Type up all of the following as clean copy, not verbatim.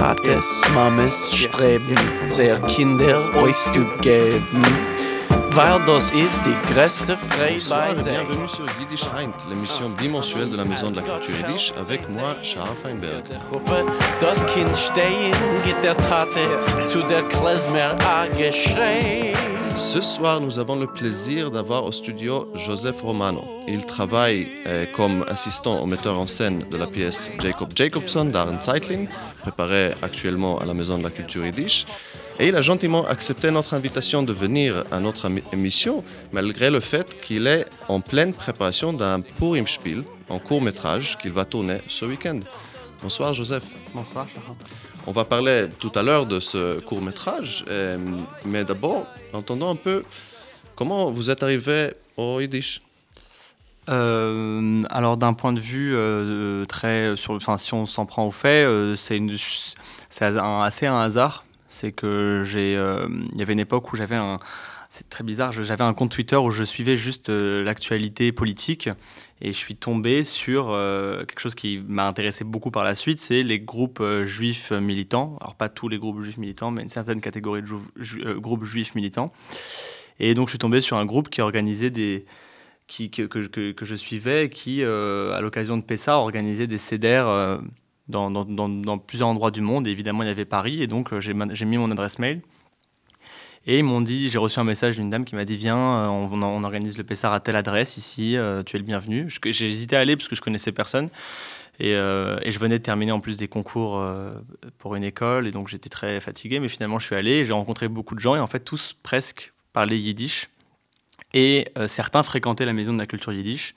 Vaters, Mammes streben, sehr Kinder euch zu geben. Weil das ist die größte Bonsoir et Freiheit. bienvenue sur Yiddish Heint, l'émission bimensuelle de la Maison de la Culture Yiddish, avec moi, Shara Feinberg. Gruppe, das Kind stehen, geht der Tate zu der Klezmer a geschrei. Ce soir, nous avons le plaisir d'avoir au studio Joseph Romano. Il travaille comme assistant au metteur en scène de la pièce Jacob Jacobson d'Aaron Zeitling, préparée actuellement à la Maison de la Culture Yiddish. Et il a gentiment accepté notre invitation de venir à notre émission, malgré le fait qu'il est en pleine préparation d'un Purim-Spiel, en court-métrage, qu'il va tourner ce week-end. Bonsoir Joseph. Bonsoir, Shara. On va parler tout à l'heure de ce court-métrage, mais d'abord, entendons un peu comment vous êtes arrivé au Yiddish. Alors d'un point de vue si on s'en prend aux faits, c'est assez un hasard. C'est que il y avait une époque où c'est très bizarre, j'avais un compte Twitter où je suivais juste l'actualité politique et je suis tombé sur quelque chose qui m'a intéressé beaucoup par la suite, c'est les groupes juifs militants. Alors pas tous les groupes juifs militants, mais une certaine catégorie de groupes juifs militants. Et donc je suis tombé sur un groupe qui organisait que je suivais, qui à l'occasion de Pessah organisait des seder dans plusieurs endroits du monde. Et évidemment, il y avait Paris, et donc j'ai mis mon adresse mail. Et ils m'ont dit, j'ai reçu un message d'une dame qui m'a dit, viens, on organise le Pessah à telle adresse ici, tu es le bienvenu. J'ai hésité à aller parce que je connaissais personne. Et je venais de terminer en plus des concours pour une école, et donc j'étais très fatigué. Mais finalement, je suis allé, et j'ai rencontré beaucoup de gens, et en fait, tous presque parlaient yiddish. Et certains fréquentaient la Maison de la Culture Yiddish.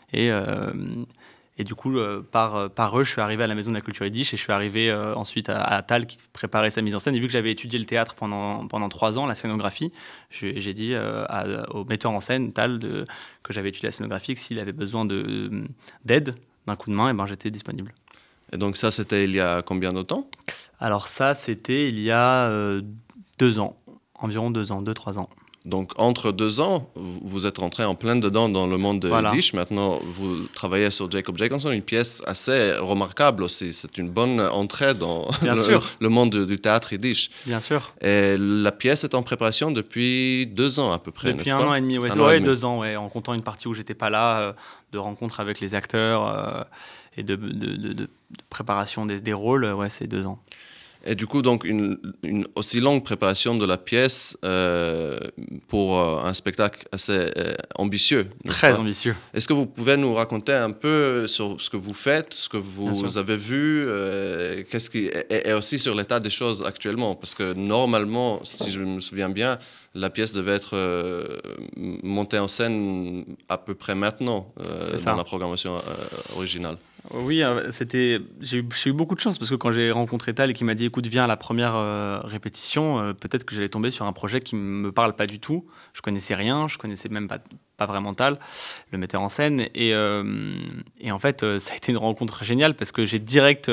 Et du coup, par eux, je suis arrivé à la Maison de la Culture Yiddish et je suis arrivé ensuite à Tal qui préparait sa mise en scène. Et vu que j'avais étudié le théâtre pendant 3 ans, la scénographie, j'ai dit au metteur en scène, Tal, que j'avais étudié la scénographie, que s'il avait besoin d'aide, d'un coup de main, et ben, j'étais disponible. Et donc ça, c'était il y a combien de temps ? Alors ça, c'était il y a 2 ans, environ 2-3 ans. Donc, entre 2 ans, vous êtes rentré en plein dedans dans le monde de Yiddish. Maintenant, vous travaillez sur Jacob Jacobson, une pièce assez remarquable aussi. C'est une bonne entrée dans le monde du théâtre Yiddish. Bien sûr. Et la pièce est en préparation depuis 2 ans à peu près, depuis n'est-ce pas ? 1 an et demi, ouais. 2 ans, ouais, en comptant une partie où j'étais pas là, de rencontres avec les acteurs et de préparation des rôles, ouais, c'est 2 ans. Et du coup, donc, une aussi longue préparation de la pièce pour un spectacle assez ambitieux. Très ambitieux. Est-ce que vous pouvez nous raconter un peu sur ce que vous faites, ce que vous avez vu, et aussi sur l'état des choses actuellement? Parce que normalement, si je me souviens bien, la pièce devait être montée en scène à peu près maintenant dans la programmation originale. Oui, j'ai eu beaucoup de chance parce que quand j'ai rencontré Tal et qu'il m'a dit écoute, viens à la première répétition, peut-être que j'allais tomber sur un projet qui ne me parle pas du tout. Je connaissais rien, je connaissais même pas vraiment Tal, le metteur en scène. Et en fait, ça a été une rencontre géniale parce que je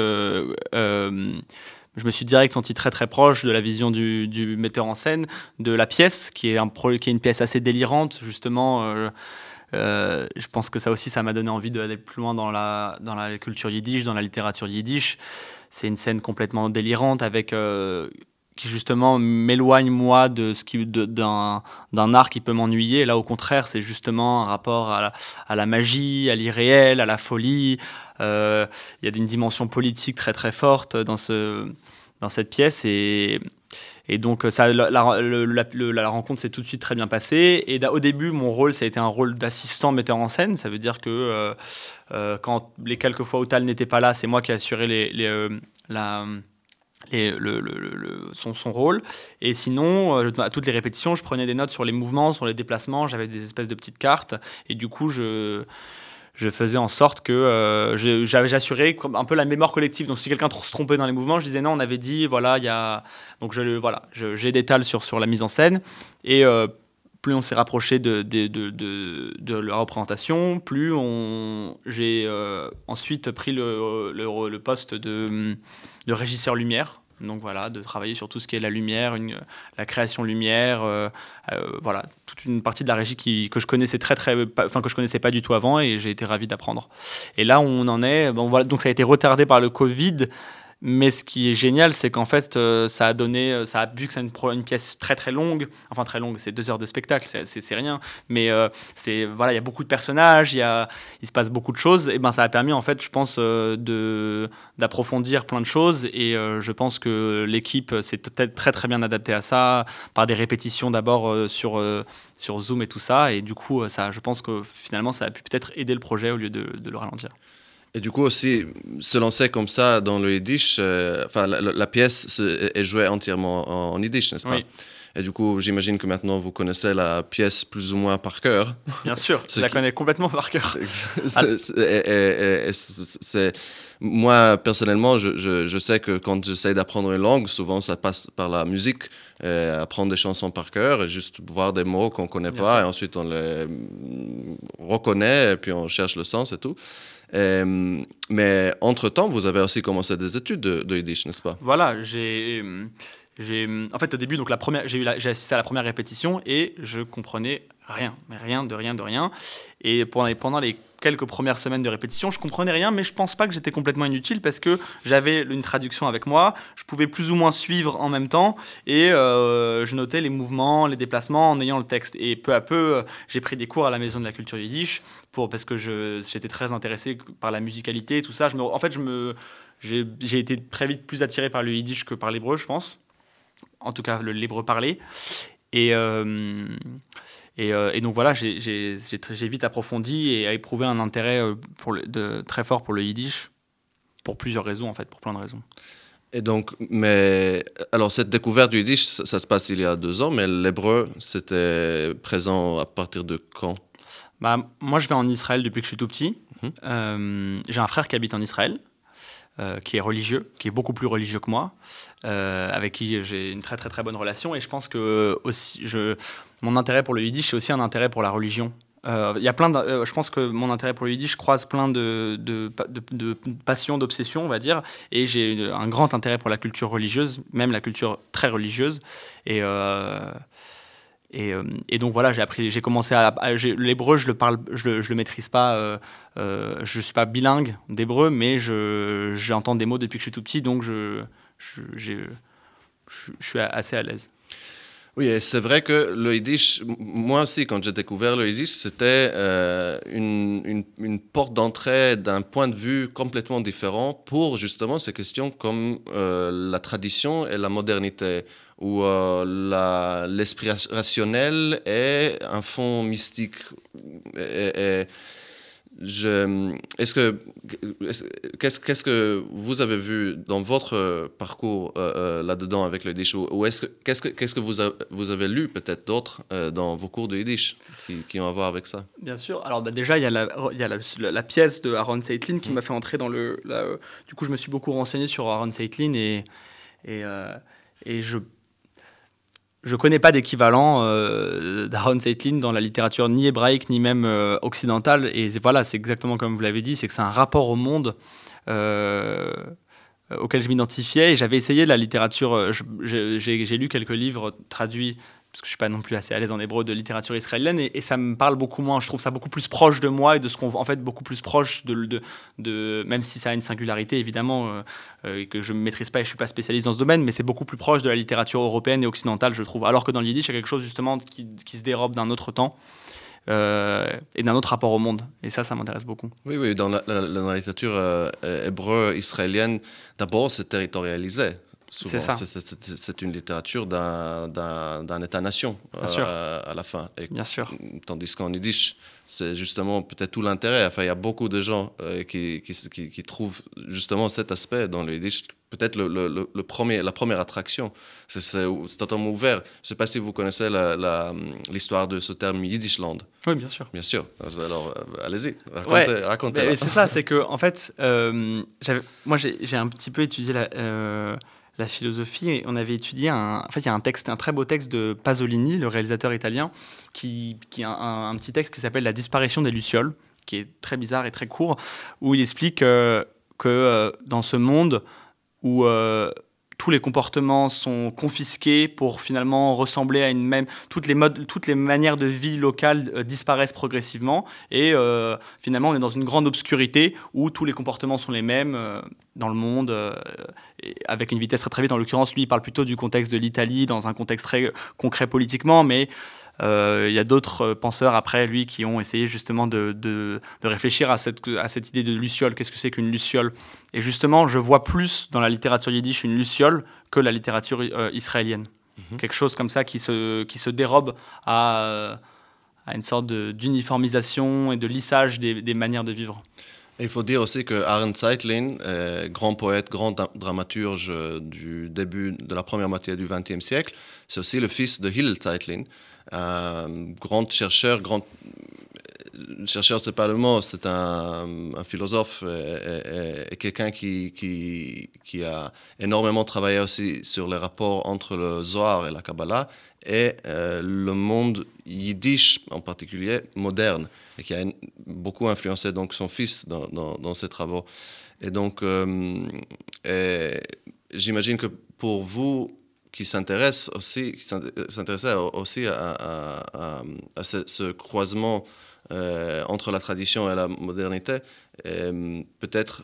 me suis direct senti très très proche de la vision du metteur en scène, de la pièce qui est une pièce assez délirante justement. Je pense que ça aussi, ça m'a donné envie d'aller plus loin dans la culture yiddish, dans la littérature yiddish. C'est une scène complètement délirante qui justement m'éloigne moi d'un art qui peut m'ennuyer. Là, au contraire, c'est justement un rapport à la magie, à l'irréel, à la folie. Il y a une dimension politique très très forte dans cette pièce et donc la rencontre s'est tout de suite très bien passée. Et au début, mon rôle, ça a été un rôle d'assistant metteur en scène. Ça veut dire que quand les quelques fois où Tal n'était pas là, c'est moi qui ai assuré son rôle. Et sinon, à toutes les répétitions, je prenais des notes sur les mouvements, sur les déplacements. J'avais des espèces de petites cartes. Et du coup, je faisais en sorte que j'assurais un peu la mémoire collective. Donc, si quelqu'un se trompait dans les mouvements, je disais non, on avait dit, voilà, il y a... Donc, j'ai des tals sur la mise en scène. Et plus on s'est rapproché de la représentation, plus j'ai ensuite pris le poste de régisseur lumière. Donc voilà, de travailler sur tout ce qui est la lumière, la création lumière, voilà, toute une partie de la régie que je connaissais que je connaissais pas du tout avant et j'ai été ravi d'apprendre. Et là où on en est, bon, voilà, donc ça a été retardé par le Covid. Mais ce qui est génial, c'est qu'en fait, ça a donné, vu que c'est une pièce très très longue, enfin très longue, c'est 2 heures de spectacle, c'est rien, mais voilà, il y a beaucoup de personnages, il se passe beaucoup de choses, et ben ça a permis en fait, je pense, d'approfondir plein de choses, et je pense que l'équipe s'est très très bien adaptée à ça, par des répétitions d'abord sur Zoom et tout ça, et du coup, je pense que finalement, ça a pu peut-être aider le projet au lieu de le ralentir. Et du coup aussi, se lancer comme ça dans le yiddish, la pièce est jouée entièrement en yiddish, n'est-ce pas? Oui. Et du coup, j'imagine que maintenant vous connaissez la pièce plus ou moins par cœur. Bien sûr, je la connais complètement par cœur. Moi, personnellement, je sais que quand j'essaie d'apprendre une langue, souvent ça passe par la musique, apprendre des chansons par cœur, et juste voir des mots qu'on ne connaît pas, et ensuite on les reconnaît, et puis on cherche le sens et tout. Mais entre-temps, vous avez aussi commencé des études de yiddish, n'est-ce pas? Voilà, en fait, au début, donc j'ai assisté à la première répétition et je comprenais rien, mais rien de rien. Et pendant les quelques premières semaines de répétition, je comprenais rien, mais je pense pas que j'étais complètement inutile parce que j'avais une traduction avec moi, je pouvais plus ou moins suivre en même temps et je notais les mouvements, les déplacements en ayant le texte. Et peu à peu, j'ai pris des cours à la Maison de la Culture Yiddish parce que j'étais très intéressé par la musicalité et tout ça. J'ai été très vite plus attiré par le yiddish que par l'hébreu, je pense. En tout cas, l'hébreu parlé. Et donc voilà, j'ai vite approfondi et éprouvé un intérêt très fort pour le yiddish, pour plusieurs raisons en fait, pour plein de raisons. Et donc, alors cette découverte du yiddish, ça se passe il y a 2 ans, mais l'hébreu, c'était présent à partir de quand? Moi, je vais en Israël depuis que je suis tout petit. J'ai un frère qui habite en Israël, qui est religieux, qui est beaucoup plus religieux que moi, avec qui j'ai une très très très bonne relation. Et je pense que aussi, mon intérêt pour le yiddish, c'est aussi un intérêt pour la religion. Je pense que mon intérêt pour le yiddish croise plein de passions, d'obsessions, on va dire. Et j'ai un grand intérêt pour la culture religieuse, même la culture très religieuse. Et donc voilà, j'ai commencé l'hébreu, je le maîtrise pas, je suis pas bilingue d'hébreu, mais j'entends des mots depuis que je suis tout petit, donc je suis assez à l'aise. Oui, et c'est vrai que le yiddish, moi aussi, quand j'ai découvert le yiddish, c'était une porte d'entrée d'un point de vue complètement différent pour justement ces questions comme la tradition et la modernité, où l'esprit rationnel est un fond mystique. Qu'est-ce que vous avez vu dans votre parcours là-dedans avec le yiddish, ou qu'est-ce que vous avez lu peut-être d'autres dans vos cours de yiddish qui ont à voir avec ça? Bien sûr. Alors déjà, il y a la pièce de Aaron Seitlin qui m'a fait entrer dans du coup, je me suis beaucoup renseigné sur Aaron Seitlin et je connais pas d'équivalent d'Aaron Seitlin dans la littérature ni hébraïque ni même occidentale. Et voilà, c'est exactement comme vous l'avez dit, c'est que c'est un rapport au monde auquel je m'identifiais. Et j'avais essayé de la littérature. J'ai lu quelques livres traduits, parce que je suis pas non plus assez à l'aise en hébreu, de littérature israélienne, et ça me parle beaucoup moins. Je trouve ça beaucoup plus proche de moi et de ce qu'on, en fait, beaucoup plus proche de même si ça a une singularité évidemment et que je ne maîtrise pas et je suis pas spécialiste dans ce domaine, mais c'est beaucoup plus proche de la littérature européenne et occidentale, je trouve. Alors que dans le yiddish, il y a quelque chose justement qui se dérobe d'un autre temps et d'un autre rapport au monde. Et ça m'intéresse beaucoup. Oui, dans la littérature hébreu israélienne, d'abord, c'est territorialisé. Souvent, c'est une littérature d'un État-nation à la fin. Bien sûr. Tandis qu'en yiddish, c'est justement peut-être tout l'intérêt. Enfin, il y a beaucoup de gens qui trouvent justement cet aspect dans le yiddish. Peut-être la première attraction. C'est totalement ouvert. Je ne sais pas si vous connaissez l'histoire de ce terme Yiddishland. Oui, bien sûr. Bien sûr. Alors, allez-y, racontez-la. Mais c'est ça, c'est que en fait, moi j'ai un petit peu étudié la philosophie, et on avait étudié il y a un très beau texte de Pasolini, le réalisateur italien, qui a un petit texte qui s'appelle La disparition des lucioles, qui est très bizarre et très court, où il explique que dans ce monde où tous les comportements sont confisqués pour finalement ressembler à toutes les manières de vie locales disparaissent progressivement et finalement on est dans une grande obscurité où tous les comportements sont les mêmes dans le monde avec une vitesse très très vite. En l'occurrence, lui, il parle plutôt du contexte de l'Italie dans un contexte très concret politiquement, mais il y a d'autres penseurs après lui qui ont essayé justement de réfléchir à cette idée de luciole. Qu'est-ce que c'est qu'une luciole? Et justement, je vois plus dans la littérature yiddish une luciole que la littérature israélienne. Quelque chose comme ça qui se dérobe à une sorte d'uniformisation et de lissage des manières de vivre. Il faut dire aussi que Aaron Zeitlin, grand poète, grand dramaturge du début de la première moitié du XXe siècle, c'est aussi le fils de Hillel Zeitlin, grand chercheur. Chercheur, c'est pas le mot, c'est un philosophe et quelqu'un qui a énormément travaillé aussi sur les rapports entre le Zohar et la Kabbalah et le monde yiddish en particulier moderne, et qui a beaucoup influencé donc son fils dans ses travaux. Et donc, j'imagine que pour vous qui s'intéressez aussi à ce croisement entre la tradition et la modernité, peut-être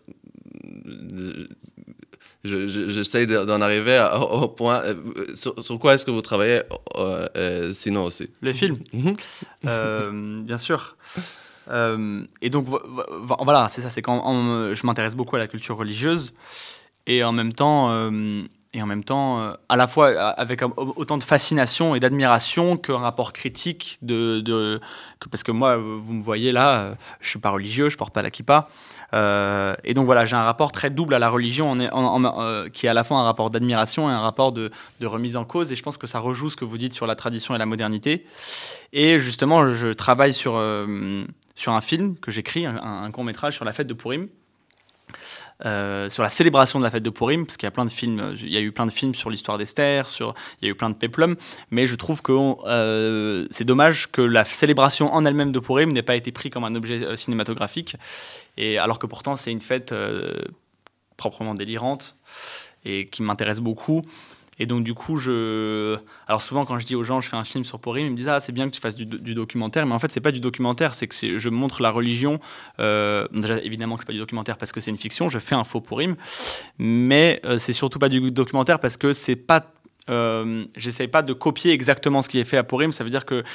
j'essaie d'en arriver au point. Sur quoi est-ce que vous travaillez sinon aussi? Les films, bien sûr. Et donc voilà, c'est ça, c'est quand je m'intéresse beaucoup à la culture religieuse et en même temps, à la fois avec autant de fascination et d'admiration qu'un rapport critique parce que moi, vous me voyez là, je suis pas religieux, je porte pas la kippa. Et donc voilà, j'ai un rapport très double à la religion qui est à la fois un rapport d'admiration et un rapport de remise en cause, et je pense que ça rejoue ce que vous dites sur la tradition et la modernité. Et justement, je travaille sur un film que j'écris, un court-métrage sur la fête de Purim, sur la célébration de la fête de Purim, parce qu'il y a plein de films, il y a eu plein de films sur l'histoire d'Esther, il y a eu plein de péplums, mais je trouve que c'est dommage que la célébration en elle-même de Purim n'ait pas été prise comme un objet cinématographique, et alors que pourtant c'est une fête proprement délirante et qui m'intéresse beaucoup. Et donc du coup, alors souvent quand je dis aux gens je fais un film sur Purim, ils me disent c'est bien que tu fasses du documentaire, mais en fait c'est pas du documentaire, c'est que je montre la religion. Déjà évidemment que c'est pas du documentaire parce que c'est une fiction, je fais un faux Purim, mais c'est surtout pas du documentaire parce que c'est pas j'essaye pas de copier exactement ce qui est fait à Purim. Ça veut dire que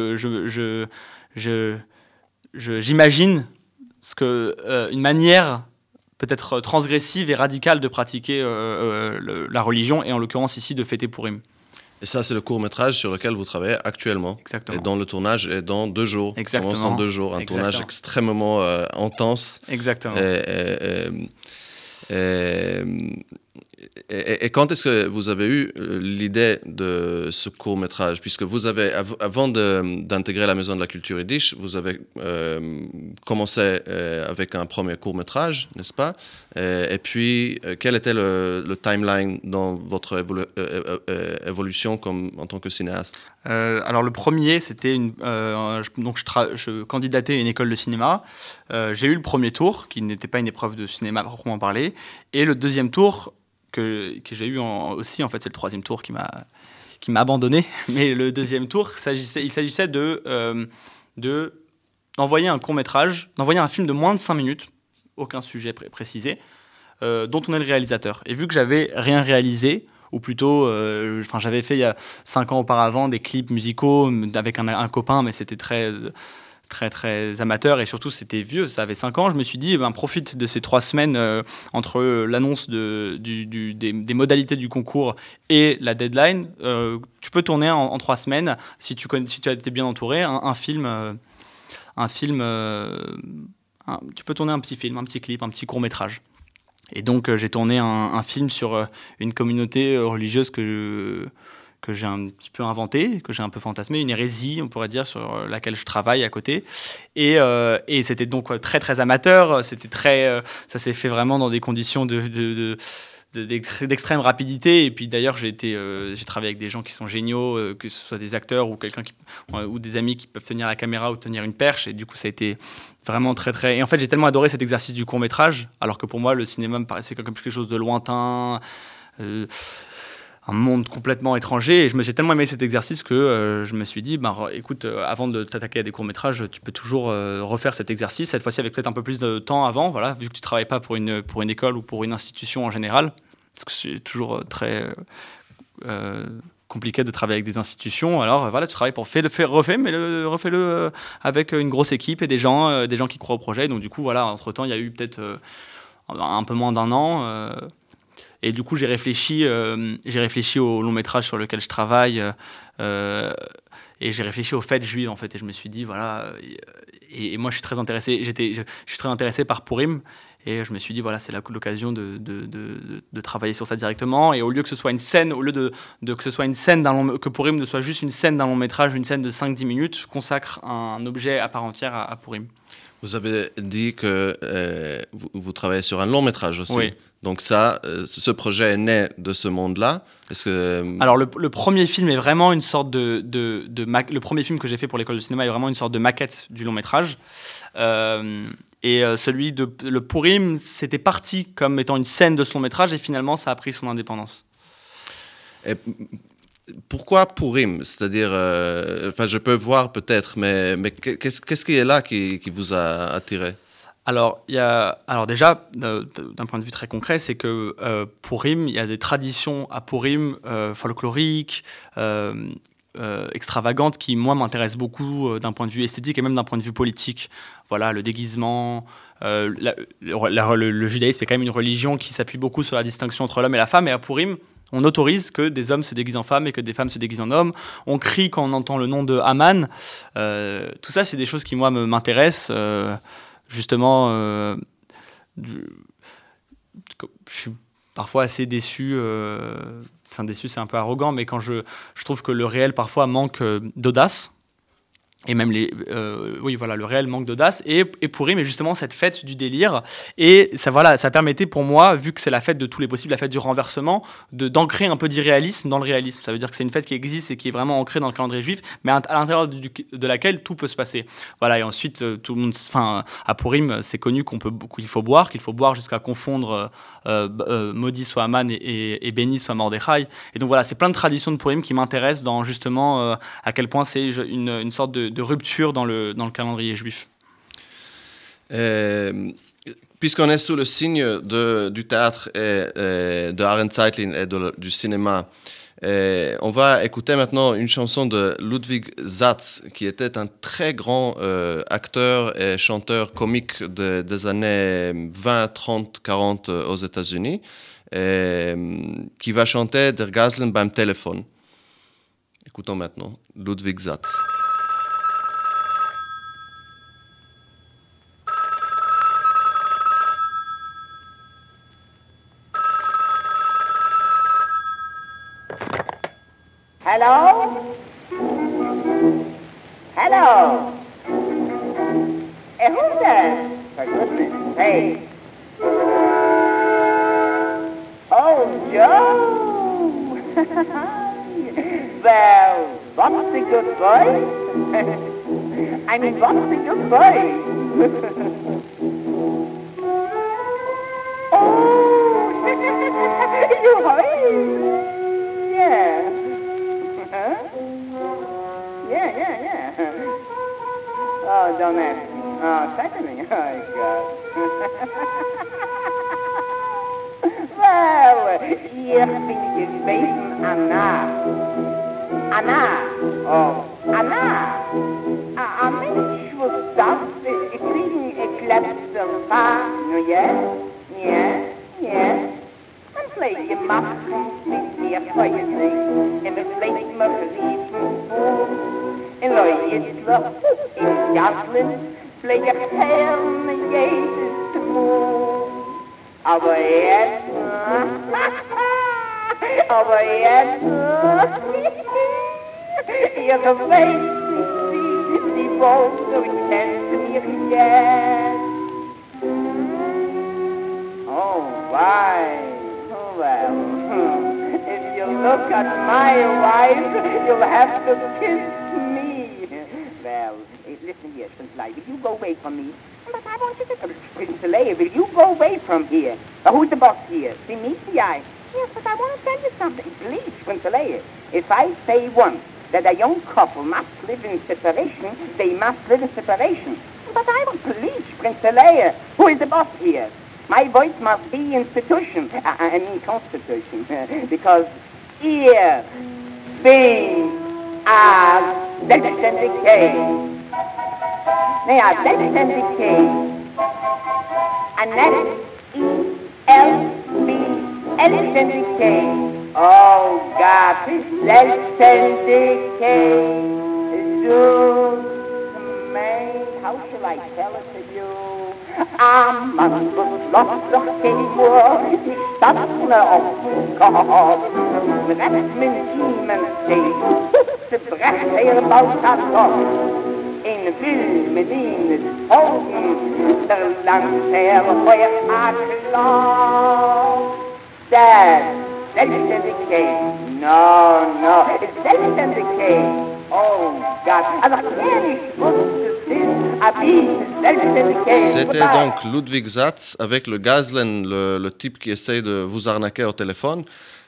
j'imagine une manière peut-être transgressive et radicale de pratiquer la religion, et en l'occurrence ici de fêter Purim. Et ça, c'est le court-métrage sur lequel vous travaillez actuellement. Exactement. Et dont le tournage est dans 2 jours. Exactement. Commence dans 2 jours. Un tournage extrêmement intense. Exactement. Et quand est-ce que vous avez eu l'idée de ce court-métrage? Puisque vous avez, avant d'intégrer la Maison de la Culture Yiddish, vous avez commencé avec un premier court-métrage, n'est-ce pas? Et puis, quel était le timeline dans votre évolution en tant que cinéaste? Alors le premier, c'était je candidatais à une école de cinéma. J'ai eu le premier tour, qui n'était pas une épreuve de cinéma proprement parlé, et le deuxième tour que j'ai eu aussi, en fait c'est le troisième tour qui m'a abandonné, mais le deuxième tour, il s'agissait d'envoyer un court-métrage, d'envoyer un film de moins de 5 minutes, aucun sujet précisé, dont on est le réalisateur. Et vu que j'avais rien réalisé, ou plutôt, j'avais fait il y a 5 ans auparavant des clips musicaux avec un copain, mais c'était très, très, très amateur, et surtout c'était vieux, ça avait 5 ans. Je me suis dit, profite de ces 3 semaines entre l'annonce des modalités du concours et la deadline. Tu peux tourner en 3 semaines, si tu as été bien entouré, tu peux tourner un petit film, un petit clip, un petit court-métrage. Et donc j'ai tourné un film sur une communauté religieuse que j'ai un petit peu inventée, que j'ai un peu fantasmée, une hérésie, on pourrait dire, sur laquelle je travaille à côté. Et c'était donc très très amateur. Ça s'est fait vraiment dans des conditions d'extrême rapidité. Et puis d'ailleurs j'ai travaillé avec des gens qui sont géniaux, que ce soit des acteurs ou des amis qui peuvent tenir la caméra ou tenir une perche, et du coup ça a été vraiment très très... Et en fait j'ai tellement adoré cet exercice du court-métrage, alors que pour moi le cinéma me paraissait comme quelque chose de lointain, un monde complètement étranger, et j'ai tellement aimé cet exercice que je me suis dit, écoute, avant de t'attaquer à des courts-métrages, tu peux toujours refaire cet exercice, cette fois-ci avec peut-être un peu plus de temps avant, voilà, vu que tu ne travailles pas pour une école ou pour une institution en général, parce que c'est toujours très compliqué de travailler avec des institutions, alors voilà, tu travailles pour refais-le avec une grosse équipe et des gens qui croient au projet, donc du coup, voilà, entre-temps, il y a eu peut-être un peu moins d'1 an, et du coup, j'ai réfléchi au long métrage sur lequel je travaille, et j'ai réfléchi aux fêtes juives en fait. Et je me suis dit voilà, et moi je suis très intéressé. Je suis très intéressé par Purim, et je me suis dit voilà, c'est l'occasion de travailler sur ça directement. Et au lieu que ce soit une scène, que ce soit une scène que Purim ne soit juste une scène d'un long métrage, une scène de 5-10 minutes, je consacre un objet à part entière à Purim. Vous avez dit que vous travaillez sur un long métrage aussi. Oui. Donc ce projet est né de ce monde-là. Est-ce que... Alors le premier film est vraiment une sorte le premier film que j'ai fait pour l'école de cinéma est vraiment une sorte de maquette du long métrage. Et celui le Purim, c'était parti comme étant une scène de ce long métrage, et finalement ça a pris son indépendance. Et pourquoi Purim? C'est-à-dire, je peux voir peut-être, mais qu'est-ce qui est là qui vous a attiré? Alors déjà, d'un point de vue très concret, c'est que Purim, il y a des traditions à Purim folkloriques, extravagantes, qui, moi, m'intéressent beaucoup d'un point de vue esthétique et même d'un point de vue politique. Voilà, le déguisement. Le judaïsme est quand même une religion qui s'appuie beaucoup sur la distinction entre l'homme et la femme, et à Purim, on autorise que des hommes se déguisent en femmes et que des femmes se déguisent en hommes. On crie quand on entend le nom de Haman. Tout ça, c'est des choses qui, moi, m'intéressent. Justement, je suis parfois assez déçu. Déçu, c'est un peu arrogant, mais quand je trouve que le réel, parfois, manque d'audace. Et même le réel manque d'audace, et Purim est justement cette fête du délire, et ça permettait pour moi, vu que c'est la fête de tous les possibles, la fête du renversement, d'ancrer un peu d'irréalisme dans le réalisme. Ça veut dire que c'est une fête qui existe et qui est vraiment ancrée dans le calendrier juif, mais à l'intérieur de laquelle tout peut se passer. Voilà, et ensuite tout le monde, à Purim, c'est connu qu'il faut boire jusqu'à confondre maudit soit Haman et béni soit Mordechai. Et donc voilà, c'est plein de traditions de Purim qui m'intéressent dans justement à quel point c'est une sorte de rupture dans le calendrier juif. Puisqu'on est sous le signe du théâtre et de Aaron Zeitlin et du cinéma, on va écouter maintenant une chanson de Ludwig Satz, qui était un très grand acteur et chanteur comique des années 20, 30, 40 aux États-Unis, qui va chanter Der Gazlen beim Telefon. Écoutons maintenant Ludwig Satz. Hello? Hello? Hey, who's that? For goodness sake. Oh, Joe! Well, what's the good voice? I mean, what's the good voice? Oh, you heard? Yeah. Huh? Yeah. Oh, don't ask me. Oh, certainly. Oh, God. Well, ich bin gewesen Anna. Oh, Anna. A Mensch was das, kriegen Klapser, no, yes. And play your machen mit mir feierlich, in der Pflicht mir verliefen vor. In Leutler, in Gaslin, play ich Herne jedes Mal. Aber jetzt, ihr weiß nicht, wie die Worte, ich kenne mich jetzt. Oh, why? Oh, well, if you look at my wife, you'll have to kiss me. Well, listen here, Schindler, will you go away from me? But I want you to... Prince Leia, will you go away from here? Who's the boss here? See me? See I? Yes, but I want to tell you something. Please, Prince Leia, if I say once that a young couple must live in separation, they must live in separation. But I don't believe, Prince Leia. Who is the boss here? My voice must be institution. I mean constitution. Because here we are selbstständig. They are selbstständig. And that's E-L-B, selbstständig. Oh God, selbstständig. How shall I tell it to you? Am Schloss Gegenur, die Stadtler auf dem Kopf. Recht mit ihm steht, zu brecht baut das Kopf. In Will mit ihm des Augen, der langt Feuer Schloss. Selbstständigkeit. No, Selbstständigkeit. Oh Gott, also ehrlich, C'était donc Ludwig Zatz avec le Gazlen, le type qui essaie de vous arnaquer au téléphone.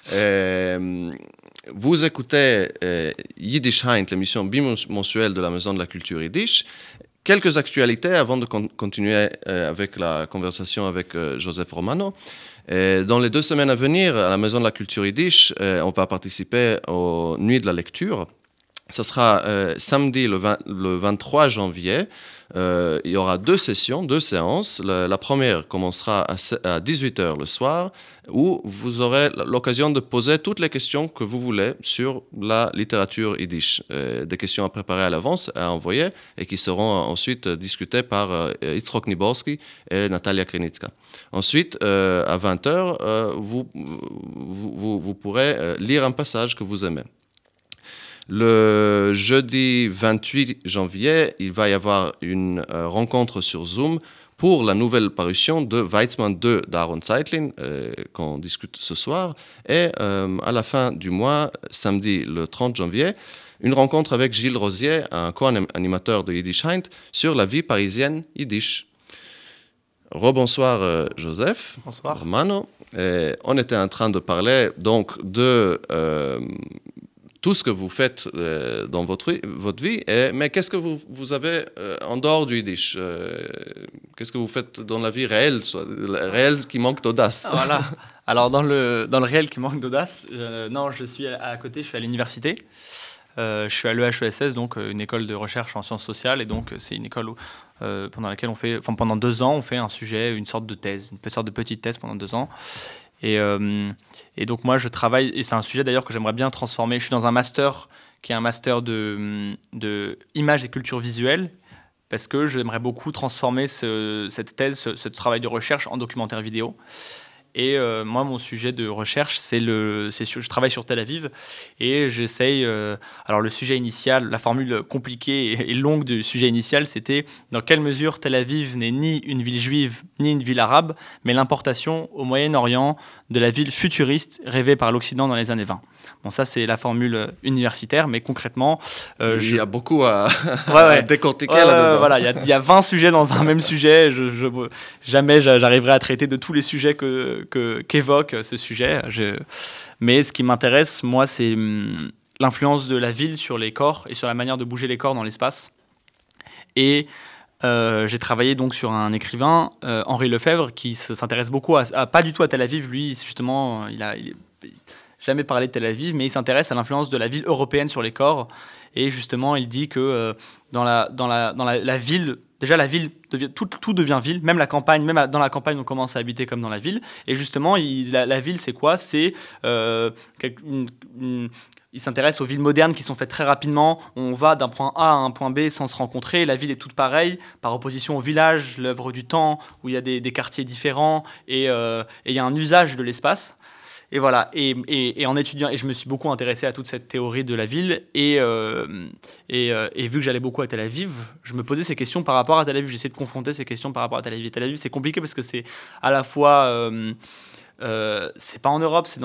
Vous écoutez Yiddish Heint, l'émission bimensuelle de la Maison de la Culture Yiddish. Quelques actualités avant de continuer avec la conversation avec Joseph Romano. Dans les 2 semaines à venir, à la Maison de la Culture Yiddish, on va participer aux Nuits de la Lecture. Ça sera samedi le 23 janvier. Il y aura 2 sessions, 2 séances. La première commencera à 18h le soir, où vous aurez l'occasion de poser toutes les questions que vous voulez sur la littérature yiddish. Des questions à préparer à l'avance, à envoyer, et qui seront ensuite discutées par Yitzhak Niborski et Natalia Krenitska. Ensuite, à 20h, vous pourrez lire un passage que vous aimez. Le jeudi 28 janvier, il va y avoir une rencontre sur Zoom pour la nouvelle parution de Weizmann 2 d'Aaron Zeitlin, qu'on discute ce soir. Et à la fin du mois, samedi le 30 janvier, une rencontre avec Gilles Rosier, un co-animateur de Yiddish Heint, sur la vie parisienne yiddish. Rebonsoir Joseph. Bonsoir. Romano. On était en train de parler donc de tout ce que vous faites dans votre vie, mais qu'est-ce que vous avez en dehors du Yiddish? Qu'est-ce que vous faites dans la vie réelle qui manque d'audace? Voilà. Alors dans le réel qui manque d'audace, non, je suis à côté, je suis à l'université. Je suis à l'EHESS, donc une école de recherche en sciences sociales, et donc c'est une école pendant laquelle pendant 2 ans, on fait un sujet, une sorte de thèse, une sorte de petite thèse pendant 2 ans. Et donc moi je travaille, et c'est un sujet d'ailleurs que j'aimerais bien transformer. Je suis dans un master qui est un master de images et culture visuelle, parce que j'aimerais beaucoup transformer cette thèse, ce travail de recherche en documentaire vidéo. Et moi, mon sujet de recherche, je travaille sur Tel Aviv, et j'essaye... alors le sujet initial, la formule compliquée et longue du sujet initial, c'était dans quelle mesure Tel Aviv n'est ni une ville juive, ni une ville arabe, mais l'importation au Moyen-Orient de la ville futuriste rêvée par l'Occident dans les années 20. Bon, ça, c'est la formule universitaire, mais concrètement... il y a beaucoup à décortiquer là-dedans. Voilà, il y a 20 sujets dans un même sujet. Jamais j'arriverai à traiter de tous les sujets qu'évoque ce sujet. Mais ce qui m'intéresse, moi, c'est l'influence de la ville sur les corps et sur la manière de bouger les corps dans l'espace. Et j'ai travaillé donc sur un écrivain, Henri Lefebvre, qui s'intéresse beaucoup pas du tout à Tel Aviv. Lui, justement, il jamais parlé de Tel Aviv, mais il s'intéresse à l'influence de la ville européenne sur les corps. Et justement, il dit que dans la ville, déjà la ville, tout devient ville, même la campagne, dans la campagne, on commence à habiter comme dans la ville. Et justement, la ville, c'est quoi? C'est il s'intéresse aux villes modernes qui sont faites très rapidement. On va d'un point A à un point B sans se rencontrer. La ville est toute pareille, par opposition au village, l'œuvre du temps, où il y a des quartiers différents, et il y a un usage de l'espace. Et voilà, et en étudiant, et je me suis beaucoup intéressé à toute cette théorie de la ville, et vu que j'allais beaucoup à Tel Aviv, je me posais ces questions par rapport à Tel Aviv. J'essayais de confronter ces questions par rapport à Tel Aviv. Tel Aviv, c'est compliqué parce que c'est à la fois C'est pas en Europe, c'est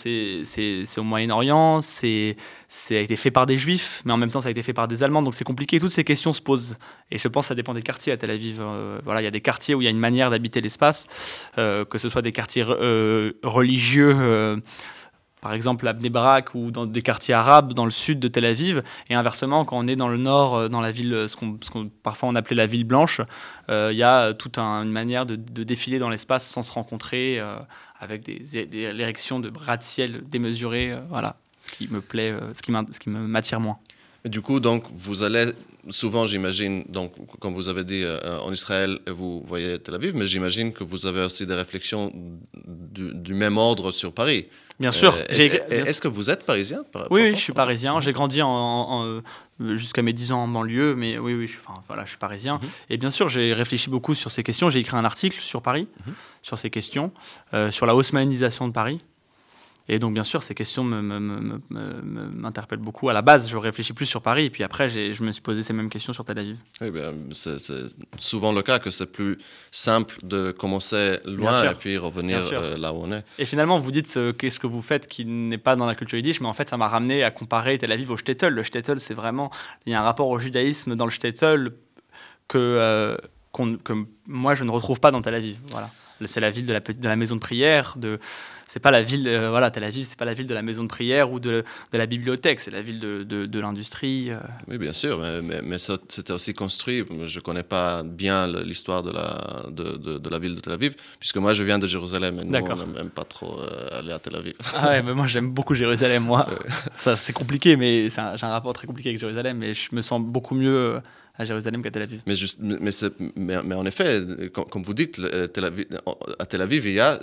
au Moyen-Orient, ça a été fait par des Juifs, mais en même temps ça a été fait par des Allemands, donc c'est compliqué. Toutes ces questions se posent. Et je pense que ça dépend des quartiers à Tel Aviv. Voilà, il y a des quartiers où il y a une manière d'habiter l'espace, que ce soit des quartiers religieux. Par exemple à Bnei Brak ou dans des quartiers arabes dans le sud de Tel Aviv, et inversement quand on est dans le nord, dans la ville, ce qu'on parfois on appelait la ville blanche, il y a toute une manière de défiler dans l'espace sans se rencontrer, avec des érections de gratte-ciel démesurées, voilà, ce qui me plaît, ce qui m'attire moins. Et du coup, donc, vous allez souvent, j'imagine, donc, comme vous avez dit, en Israël, vous voyez Tel Aviv, mais j'imagine que vous avez aussi des réflexions du même ordre sur Paris. Bien sûr. Est-ce que vous êtes parisien? Oui, je suis parisien. J'ai grandi jusqu'à mes 10 ans en banlieue, mais oui, je suis parisien. Et bien sûr, j'ai réfléchi beaucoup sur ces questions. J'ai écrit un article sur Paris, sur ces questions, sur la haussmannisation de Paris. Et donc, bien sûr, ces questions m'interpellent beaucoup. À la base, je réfléchis plus sur Paris, et puis après, je me suis posé ces mêmes questions sur Tel Aviv. Oui, c'est souvent le cas que c'est plus simple de commencer loin et puis revenir là où on est. Et finalement, vous dites qu'est-ce que vous faites qui n'est pas dans la culture yiddish, mais en fait, ça m'a ramené à comparer Tel Aviv au shtetl. Le shtetl, c'est vraiment... Il y a un rapport au judaïsme dans le shtetl que moi, je ne retrouve pas dans Tel Aviv. Voilà. C'est la ville de la maison de prière, c'est pas la ville, Tel Aviv, c'est pas la ville de la maison de prière ou de la bibliothèque, c'est la ville de l'industrie. Oui, bien sûr, mais ça, c'était aussi construit. Je connais pas bien l'histoire de la ville de Tel Aviv, puisque moi je viens de Jérusalem et nous on n'aime pas trop aller à Tel Aviv. Ah ouais, mais moi j'aime beaucoup Jérusalem, moi. Ça, c'est compliqué, mais j'ai un rapport très compliqué avec Jérusalem, et je me sens beaucoup mieux à Jérusalem qu'à Tel Aviv. Mais en effet, comme vous dites, à Tel Aviv,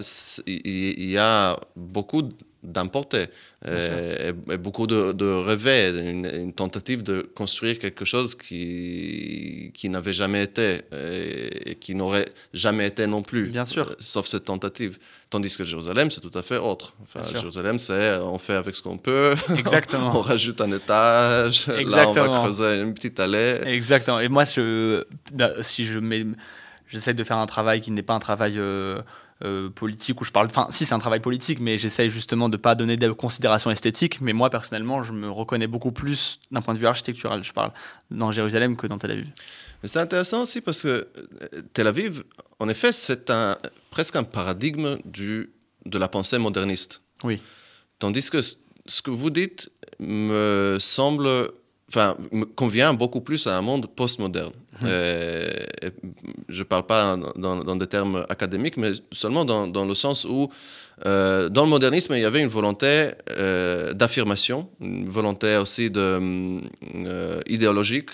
il y a beaucoup d'importés et beaucoup de rêver, une tentative de construire quelque chose qui n'avait jamais été et qui n'aurait jamais été non plus, bien sûr. Sauf cette tentative. Tandis que Jérusalem, c'est tout à fait autre. Jérusalem, c'est on fait avec ce qu'on peut. Exactement. On rajoute un étage. Exactement. Là, on va creuser une petite allée. Exactement. Et moi, j'essaie de faire un travail qui n'est pas un travail politique où je parle. Enfin, si c'est un travail politique, mais j'essaie justement de ne pas donner de considérations esthétiques. Mais moi, personnellement, je me reconnais beaucoup plus d'un point de vue architectural. Je parle dans Jérusalem que dans Tel Aviv. Mais c'est intéressant aussi parce que Tel Aviv, en effet, c'est presque un paradigme de la pensée moderniste. Oui. Tandis que ce que vous dites me convient beaucoup plus à un monde postmoderne. Je ne parle pas dans des termes académiques, mais seulement dans le sens où, dans le modernisme, il y avait une volonté d'affirmation, une volonté aussi idéologique,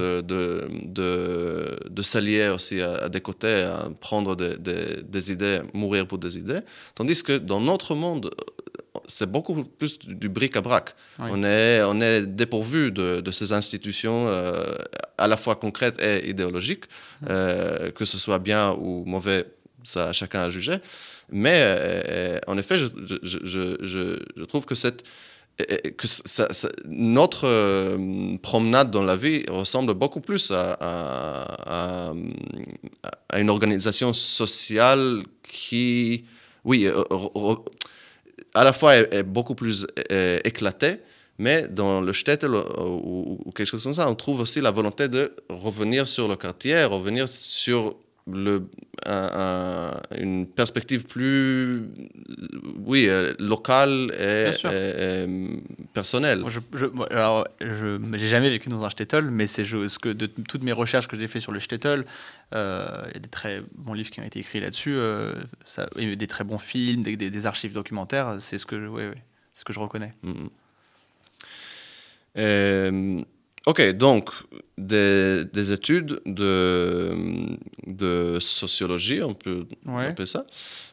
de s'allier aussi à des côtés, à prendre des idées, mourir pour des idées. Tandis que dans notre monde, c'est beaucoup plus du bric-à-brac. Oui. On est dépourvu de ces institutions à la fois concrètes et idéologiques, que ce soit bien ou mauvais, ça chacun a jugé. Mais en effet, je trouve que notre promenade dans la vie ressemble beaucoup plus à une organisation sociale qui, oui, à la fois est beaucoup plus éclatée, mais dans le shtetl ou quelque chose comme ça, on trouve aussi la volonté de revenir sur le quartier, revenir sur une perspective plus locale et personnelle. J'ai jamais vécu dans un shtetl, mais de toutes mes recherches que j'ai fait sur le shtetl, il y a des très bons livres qui ont été écrits là-dessus, des très bons films, des archives documentaires, c'est ce que je reconnais. Ok, donc des études de sociologie, on peut appeler ça,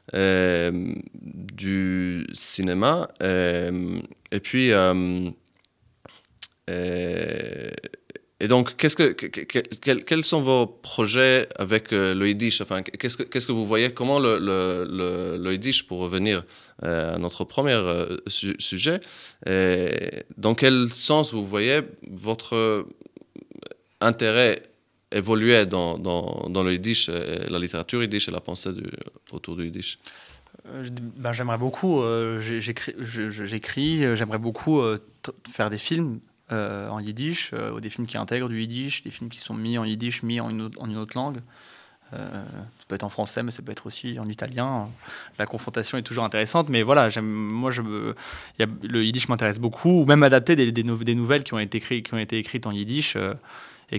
du cinéma, et puis et donc quels sont vos projets avec le Yiddish? Enfin, qu'est-ce que vous voyez? Comment le Yiddish, pour revenir à notre premier sujet, dans quel sens vous voyez votre intérêt évoluer dans le Yiddish, la littérature Yiddish et la pensée autour du Yiddish? J'aimerais beaucoup, j'écris, j'aimerais beaucoup faire des films en yiddish, ou des films qui intègrent du yiddish, des films qui sont mis en yiddish, mis en une autre langue. Ça peut être en français, mais ça peut être aussi en italien. La confrontation est toujours intéressante, mais voilà, le yiddish m'intéresse beaucoup, ou même adapter des nouvelles qui ont été écrites en yiddish. Et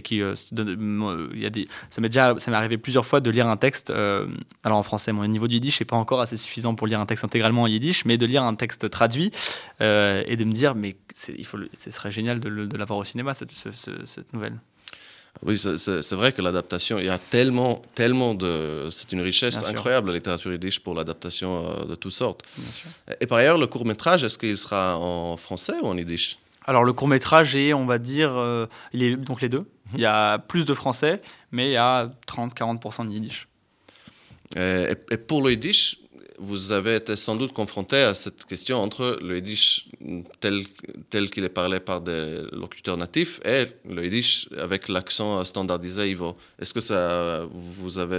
ça m'est arrivé plusieurs fois de lire un texte, alors en français, mon niveau du yiddish n'est pas encore assez suffisant pour lire un texte intégralement en yiddish, mais de lire un texte traduit et de me dire, mais ce serait génial de l'avoir au cinéma, cette nouvelle. Oui, c'est vrai que l'adaptation, il y a tellement c'est une richesse incroyable, la littérature yiddish, pour l'adaptation de toutes sortes. Et par ailleurs, le court-métrage, est-ce qu'il sera en français ou en yiddish? Alors le court-métrage est, on va dire, il est donc les deux. Il y a plus de français, mais il y a 30-40% de yiddish. Et pour le yiddish, vous avez été sans doute confronté à cette question entre le yiddish tel qu'il est parlé par des locuteurs natifs et le yiddish avec l'accent standardisé Ivo. Est-ce que ça vous a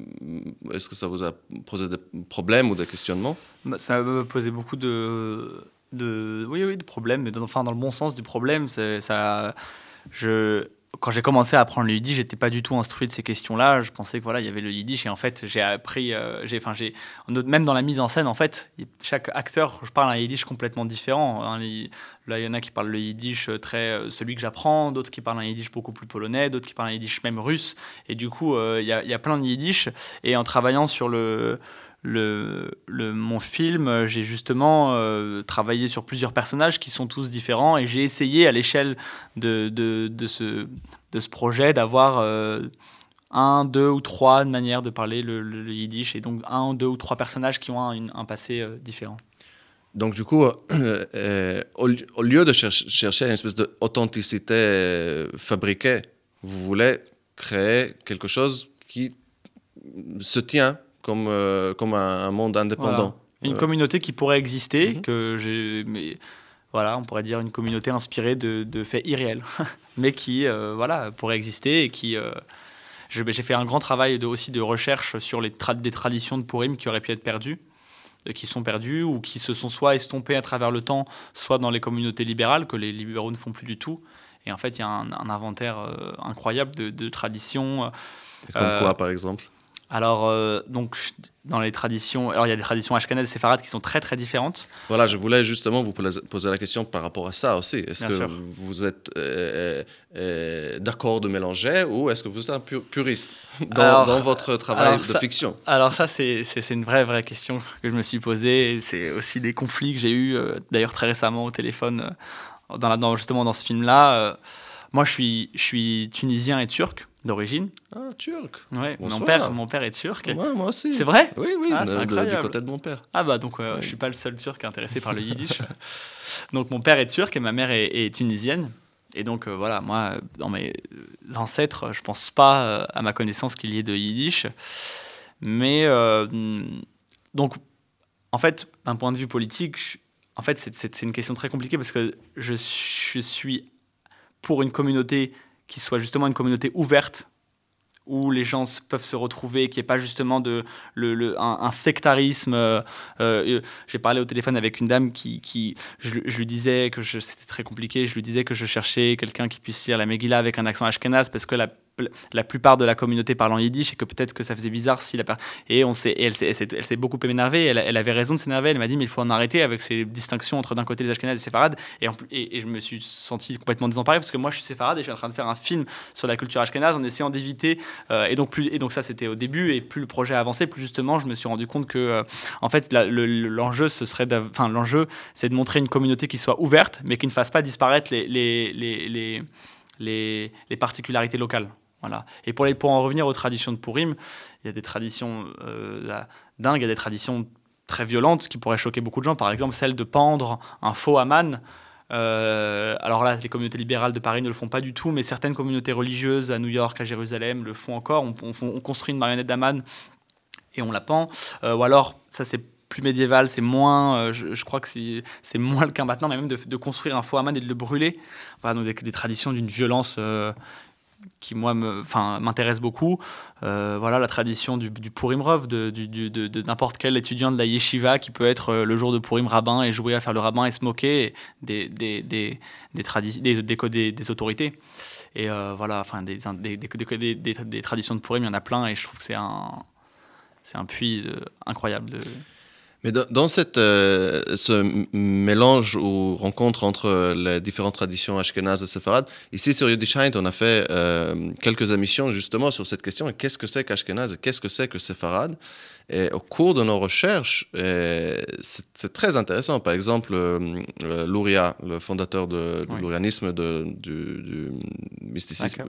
posé des problèmes ou des questionnements? Ça m'a posé beaucoup de problèmes, mais dans le bon sens du problème. Quand j'ai commencé à apprendre le yiddish, j'étais pas du tout instruit de ces questions-là. Je pensais que il y avait le yiddish, et en fait, j'ai appris, même dans la mise en scène, en fait, chaque acteur, je parle un yiddish complètement différent. Là, il y en a qui parlent le yiddish celui que j'apprends, d'autres qui parlent un yiddish beaucoup plus polonais, d'autres qui parlent un yiddish même russe. Et du coup, il y a plein de yiddish. Et en travaillant sur mon film, j'ai justement travaillé sur plusieurs personnages qui sont tous différents, et j'ai essayé à l'échelle de ce projet d'avoir 1, 2 ou 3 manières de parler le yiddish, et donc 1, 2 ou 3 personnages qui ont un passé différent. Donc du coup, au lieu de chercher une espèce d'authenticité fabriquée, vous voulez créer quelque chose qui se tient comme un monde indépendant. Une communauté qui pourrait exister, on pourrait dire une communauté inspirée de faits irréels, mais qui pourrait exister, et qui... j'ai fait un grand travail aussi de recherche sur des traditions de Purim qui auraient pu être perdues, qui sont perdues, ou qui se sont soit estompées à travers le temps, soit dans les communautés libérales, que les libéraux ne font plus du tout. Et en fait, il y a un inventaire incroyable de traditions. Et comme quoi, par exemple? Alors, donc, dans les traditions... Alors, il y a des traditions ashkénazes et séfarades qui sont très, très différentes. Voilà, je voulais justement vous poser la question par rapport à ça aussi. Est-ce que vous êtes d'accord de mélanger, ou est-ce que vous êtes un puriste dans votre travail de fiction? Alors ça, c'est une vraie question que je me suis posée. C'est aussi des conflits que j'ai eus, d'ailleurs très récemment au téléphone, justement dans ce film-là. Moi, je suis tunisien et turc d'origine. Ah, turc. Ouais, mon père est turc. Ouais, moi aussi. C'est vrai? Oui, du côté de mon père. Ah bah donc je suis pas le seul turc intéressé par le yiddish. Donc mon père est turc et ma mère est tunisienne. Et donc moi, dans mes ancêtres, je pense pas à ma connaissance qu'il y ait de yiddish. Mais donc, en fait, d'un point de vue politique, c'est une question très compliquée, parce que je suis pour une communauté qui soit justement une communauté ouverte, où les gens peuvent se retrouver, qu'il n'y ait pas justement un sectarisme. J'ai parlé au téléphone avec une dame je lui disais que c'était très compliqué, je lui disais que je cherchais quelqu'un qui puisse lire la Megillah avec un accent ashkénaze, parce que la plupart de la communauté parle en yiddish, et que peut-être que ça faisait bizarre elle s'est beaucoup énervée. Elle avait raison de s'énerver. Elle m'a dit, mais il faut en arrêter avec ces distinctions entre d'un côté les ashkénazes et les séfarades. Et je me suis senti complètement désemparé, parce que moi je suis séfarade et je suis en train de faire un film sur la culture ashkénaze en essayant d'éviter et donc ça, c'était au début, et plus le projet a avancé, plus justement je me suis rendu compte que en fait l'enjeu c'est de montrer une communauté qui soit ouverte, mais qui ne fasse pas disparaître les particularités locales. Voilà. Et pour en revenir aux traditions de Purim, il y a des traditions dingues, il y a des traditions très violentes qui pourraient choquer beaucoup de gens. Par exemple, celle de pendre un faux Haman. Alors là, les communautés libérales de Paris ne le font pas du tout, mais certaines communautés religieuses à New York, à Jérusalem, le font encore. On construit une marionnette d'Haman et on la pend. Ou alors, ça c'est plus médiéval, c'est moins, je crois que c'est moins le cas maintenant, mais même de construire un faux Haman et de le brûler. Voilà, donc des traditions d'une violence moi m'intéresse beaucoup. Voilà, la tradition du Purim Rov, de n'importe quel étudiant de la yeshiva qui peut être le jour de Purim rabbin et jouer à faire le rabbin et se moquer des autorités. Et voilà, enfin des traditions de Purim, il y en a plein et je trouve que c'est un puits incroyable. Mais dans ce mélange ou rencontre entre les différentes traditions ashkénazes et séfarades, ici sur Yiddishkeit, on a fait quelques émissions justement sur cette question. Qu'est-ce que c'est qu'ashkénaze et qu'est-ce que c'est que séfarade? Et au cours de nos recherches, c'est très intéressant. Par exemple, Luria, le fondateur du lourianisme, du mysticisme,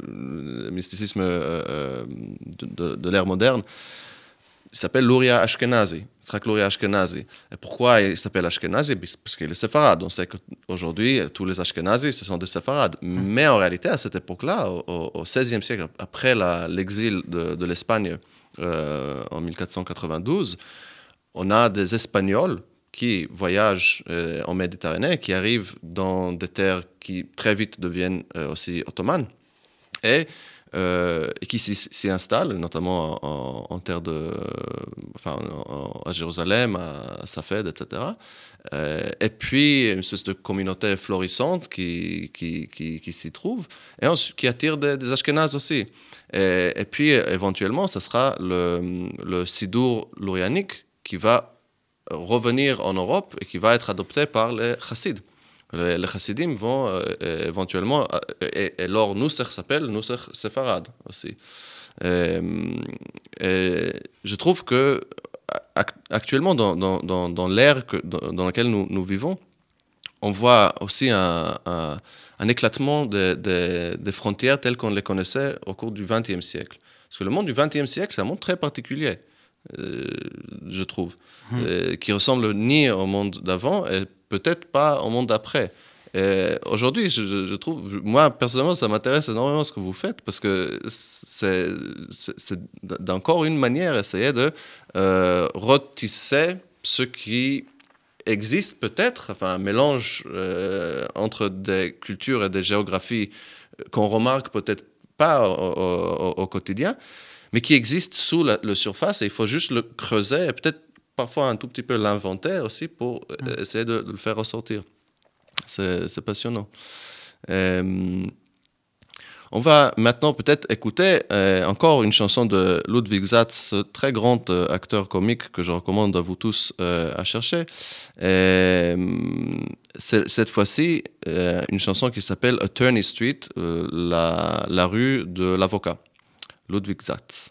de l'ère moderne, il s'appelle Luria Ashkenazi. Luria Ashkenazi. Et pourquoi il s'appelle Ashkenazi? Parce qu'il est séfarade. On sait qu'aujourd'hui, tous les Ashkenazis, ce sont des séfarades. Mais en réalité, à cette époque-là, au XVIe siècle, après l'exil de l'Espagne en 1492, on a des Espagnols qui voyagent en Méditerranée, qui arrivent dans des terres qui très vite deviennent aussi ottomanes. Et qui s'y installent, notamment en terre à Jérusalem, à Safed, etc. Et puis, une espèce de communauté florissante qui s'y trouve, et qui attire des Ashkénazes aussi. Et puis, éventuellement, ce sera le Sidour lourianique qui va revenir en Europe et qui va être adopté par les Chassides. Les chassidim vont éventuellement, et leur Nusach s'appelle Nusach séfarade aussi. Et je trouve que actuellement, dans l'ère dans laquelle nous vivons, on voit aussi un éclatement des frontières telles qu'on les connaissait au cours du XXe siècle. Parce que le monde du XXe siècle, c'est un monde très particulier, je trouve, qui ressemble ni au monde d'avant et peut-être pas au monde d'après. Aujourd'hui, je trouve, moi personnellement, ça m'intéresse énormément ce que vous faites parce que c'est d'encore une manière essayer de retisser ce qui existe peut-être, enfin un mélange entre des cultures et des géographies qu'on remarque peut-être pas au quotidien, mais qui existe sous la surface et il faut juste le creuser et peut-être parfois un tout petit peu l'inventer aussi pour essayer de le faire ressortir. C'est passionnant. On va maintenant peut-être écouter encore une chanson de Ludwig Zatz, très grand acteur comique que je recommande à vous tous à chercher. Cette fois-ci, une chanson qui s'appelle Attorney Street, la rue de l'avocat. Ludwig Zatz.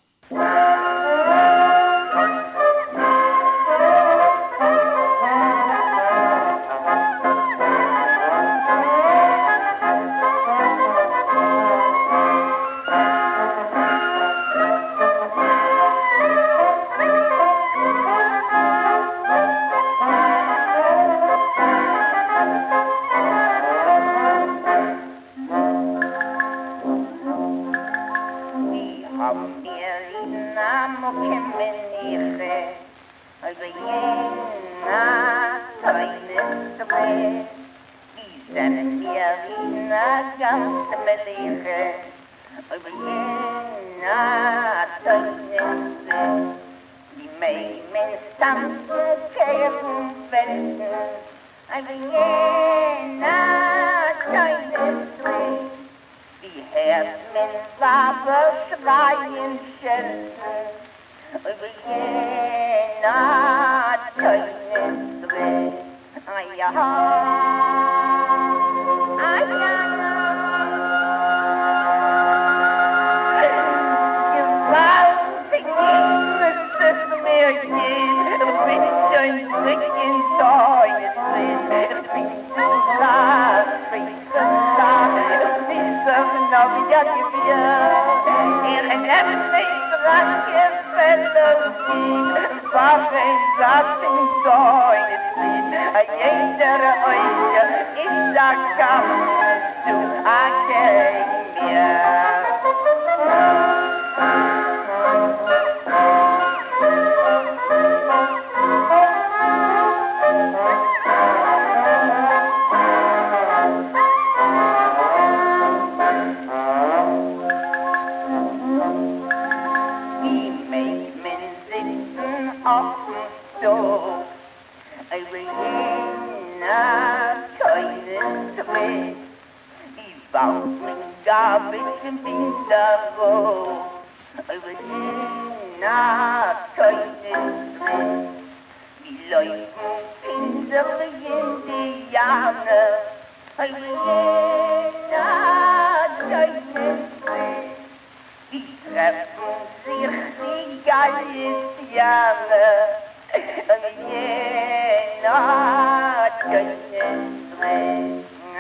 Stress. Ich baut mein Gabitsch im Winterhof. Aber na, keine Stress. Die Leute, kinderliche Indianer. Aber na, keine Stress. Die treffen sich die Galicianer. Und jeder hat keinen Stress.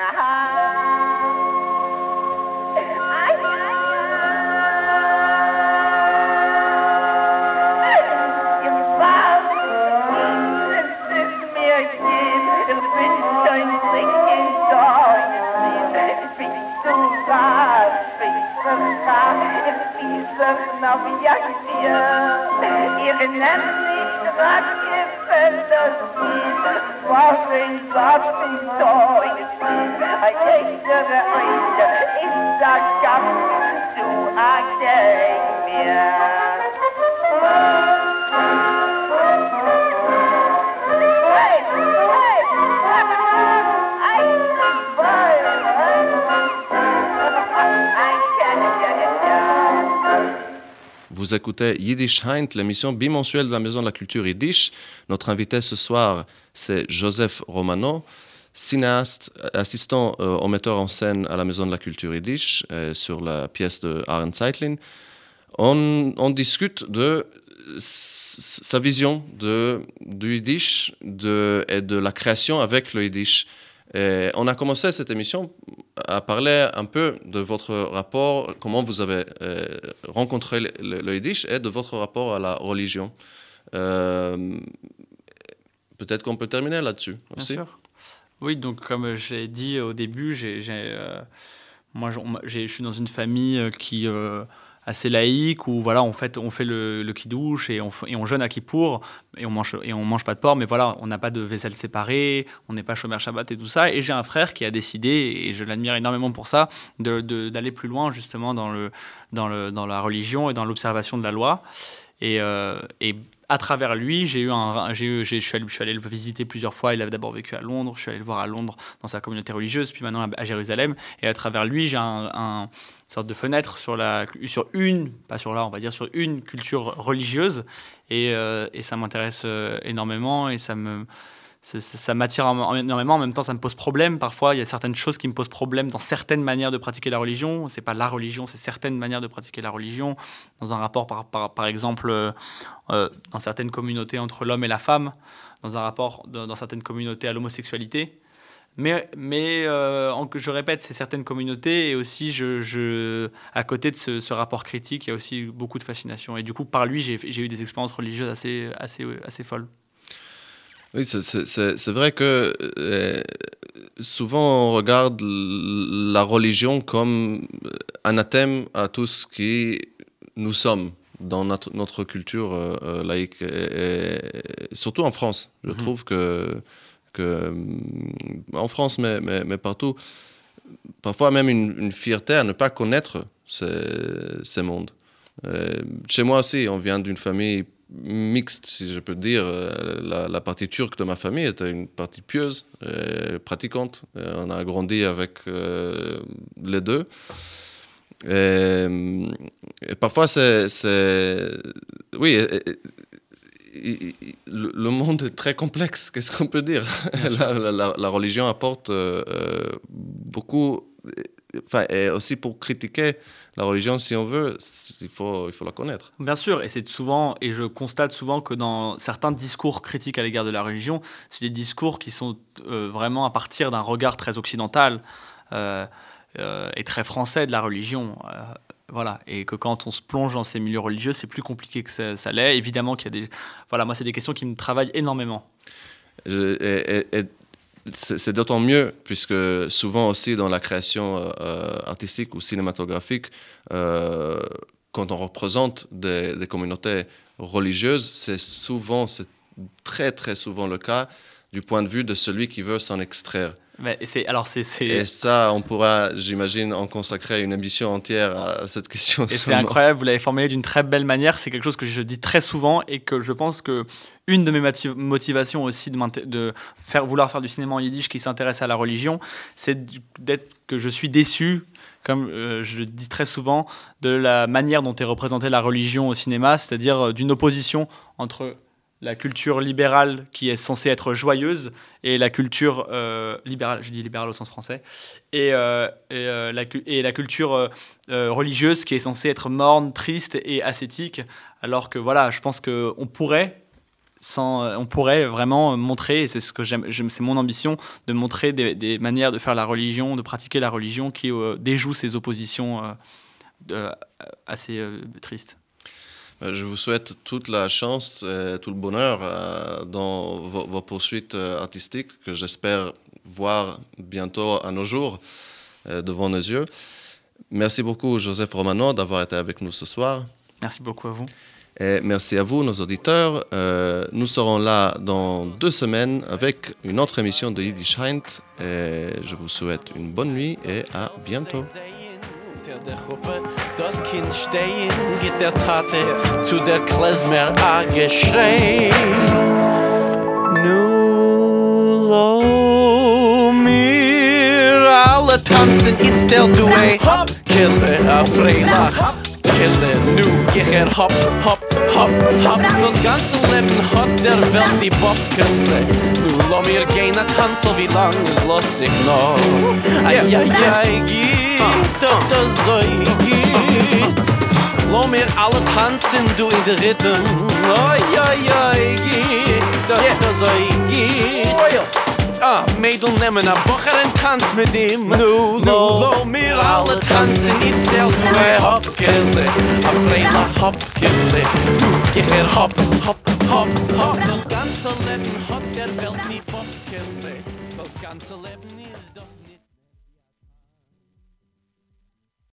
Ihr nennt nicht, was gefällt das Lied, was in Waffen Zeug ist. Ein echtere Eide ist das Schaffen zu Akademie. Vous écoutez Yiddish Heint, l'émission bimensuelle de la Maison de la Culture Yiddish. Notre invité ce soir, c'est Joseph Romano, cinéaste, assistant au metteur en scène à la Maison de la Culture Yiddish sur la pièce de Aaron Zeitlin. On discute de sa vision du Yiddish et de la création avec le Yiddish. Et on a commencé cette émission à parler un peu de votre rapport, comment vous avez rencontré le Yiddish et de votre rapport à la religion. Peut-être qu'on peut terminer là-dessus aussi. Bien sûr. Oui, donc comme j'ai dit au début, moi je suis dans une famille qui assez laïque où voilà on fait le kiddush et on jeûne à Kippour et on mange pas de porc, mais voilà, on n'a pas de vaisselle séparée, on n'est pas chômeur Shabbat et tout ça. Et j'ai un frère qui a décidé, et je l'admire énormément pour ça, d'aller plus loin justement dans la religion et dans l'observation de la loi. Et à travers lui, je suis allé le visiter plusieurs fois. Il avait d'abord vécu à Londres, je suis allé le voir à Londres dans sa communauté religieuse, puis maintenant à Jérusalem. Et à travers lui, j'ai une sorte de fenêtre sur une culture religieuse. Et ça m'intéresse énormément et ça m'attire énormément. En même temps, ça me pose problème. Parfois, il y a certaines choses qui me posent problème dans certaines manières de pratiquer la religion. C'est pas la religion, c'est certaines manières de pratiquer la religion. Dans un rapport, par exemple, dans certaines communautés entre l'homme et la femme, dans un rapport dans certaines communautés à l'homosexualité. Mais je répète, c'est certaines communautés et aussi, à côté de ce rapport critique, il y a aussi beaucoup de fascination. Et du coup, par lui, j'ai eu des expériences religieuses assez folles. Oui, c'est vrai que souvent on regarde la religion comme anathème à tout ce qui nous sommes dans notre culture laïque, et surtout en France. Je trouve que en France, mais partout, parfois même une fierté à ne pas connaître ces mondes. Chez moi aussi, on vient d'une famille mixte, si je peux dire. La partie turque de ma famille était une partie pieuse, pratiquante. On a grandi avec les deux. Et parfois, oui, le monde est très complexe. Qu'est-ce qu'on peut dire? La religion apporte beaucoup. Et aussi pour critiquer la religion, si on veut, il faut la connaître. Bien sûr, et je constate souvent que dans certains discours critiques à l'égard de la religion, c'est des discours qui sont vraiment à partir d'un regard très occidental et très français de la religion. Voilà, et que quand on se plonge dans ces milieux religieux, c'est plus compliqué que ça l'est. Évidemment qu'il y a des... Voilà, moi, c'est des questions qui me travaillent énormément. C'est d'autant mieux, puisque souvent aussi dans la création artistique ou cinématographique, quand on représente des communautés religieuses, c'est très très souvent le cas du point de vue de celui qui veut s'en extraire. Mais Et ça, on pourra, j'imagine, en consacrer une émission entière à cette question. Et c'est incroyable, vous l'avez formulé d'une très belle manière. C'est quelque chose que je dis très souvent et que je pense que une de mes motivations aussi de vouloir faire du cinéma en yiddish qui s'intéresse à la religion, c'est que je suis déçu, comme je le dis très souvent, de la manière dont est représentée la religion au cinéma, c'est-à-dire d'une opposition entre la culture libérale qui est censée être joyeuse et la culture libérale, je dis libérale au sens français, et la culture religieuse qui est censée être morne, triste et ascétique, alors que voilà, je pense qu'on pourrait vraiment montrer, et c'est ce que c'est mon ambition, de montrer des manières de faire la religion, de pratiquer la religion qui déjoue ces oppositions assez tristes. Je vous souhaite toute la chance et tout le bonheur dans vos poursuites artistiques que j'espère voir bientôt à nos jours devant nos yeux. Merci beaucoup Joseph Romano d'avoir été avec nous ce soir. Merci beaucoup à vous. Et merci à vous, nos auditeurs. Nous serons là dans 2 semaines avec une autre émission de Yiddish Heint. Et je vous souhaite une bonne nuit et à bientôt. Der Gruppe, das Kind stehen, geht der Tate zu der Klezmer a Geschrei. Nu lo mir alle tanzen, it's der Duet. Hop, kille a Freilach. Kille, nu geher hop, hop, hop, hop. Das ganze Leben hat der Welt die Bobkille. Nu lo mir gehen a tanzen, wie lang es los ich noch. Ai, ai, ai, doch das so geht. Lass mir alle tanzen, du in der Rhythm. Oi, oi, oi, geht. Doch das so geht. Mädel nehmen a Bocher und tanz mit ihm. Nu, lass mir alle tanzen, jetzt der Duet. Hopkille, a Freilach Hopkille. Du, geh her, hop, hop, hop, hop. Das ganze Leben hat der Welt nie Hopkille. Das ganze Leben ist doch nie